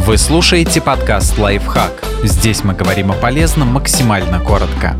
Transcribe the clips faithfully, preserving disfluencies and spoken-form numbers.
Вы слушаете подкаст «Лайфхак». Здесь мы говорим о полезном максимально коротко.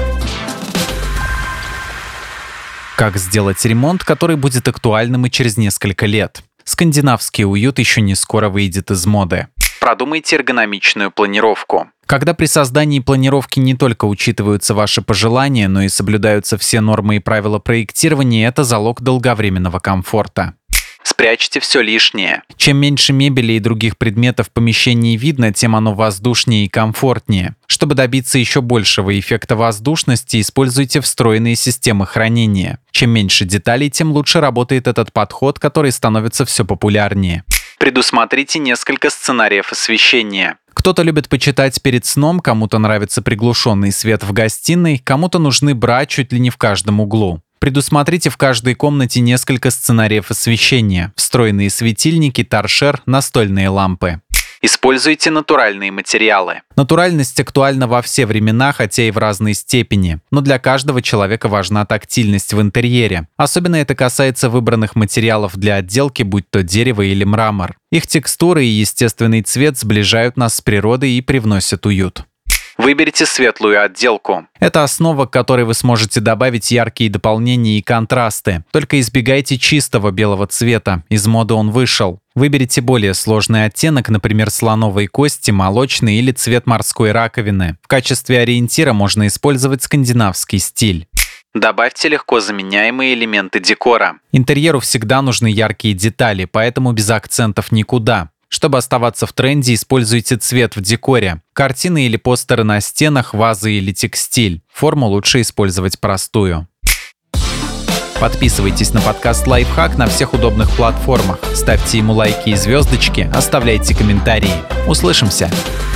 Как сделать ремонт, который будет актуальным и через несколько лет? Скандинавский уют еще не скоро выйдет из моды. Продумайте эргономичную планировку. Когда при создании планировки не только учитываются ваши пожелания, но и соблюдаются все нормы и правила проектирования, это залог долговременного комфорта. Спрячьте все лишнее. Чем меньше мебели и других предметов в помещении видно, тем оно воздушнее и комфортнее. Чтобы добиться еще большего эффекта воздушности, используйте встроенные системы хранения. Чем меньше деталей, тем лучше работает этот подход, который становится все популярнее. Предусмотрите несколько сценариев освещения. Кто-то любит почитать перед сном, кому-то нравится приглушенный свет в гостиной, кому-то нужны бра чуть ли не в каждом углу. Предусмотрите в каждой комнате несколько сценариев освещения: встроенные светильники, торшер, настольные лампы. Используйте натуральные материалы. Натуральность актуальна во все времена, хотя и в разной степени. Но для каждого человека важна тактильность в интерьере. Особенно это касается выбранных материалов для отделки, будь то дерево или мрамор. Их текстура и естественный цвет сближают нас с природой и привносят уют. Выберите светлую отделку. Это основа, к которой вы сможете добавить яркие дополнения и контрасты. Только избегайте чистого белого цвета, из моды он вышел. Выберите более сложный оттенок, например, слоновой кости, молочный или цвет морской раковины. В качестве ориентира можно использовать скандинавский стиль. Добавьте легко заменяемые элементы декора. Интерьеру всегда нужны яркие детали, поэтому без акцентов никуда. Чтобы оставаться в тренде, используйте цвет в декоре. Картины или постеры на стенах, вазы или текстиль. Форму лучше использовать простую. Подписывайтесь на подкаст «Лайфхак» на всех удобных платформах. Ставьте ему лайки и звездочки, оставляйте комментарии. Услышимся!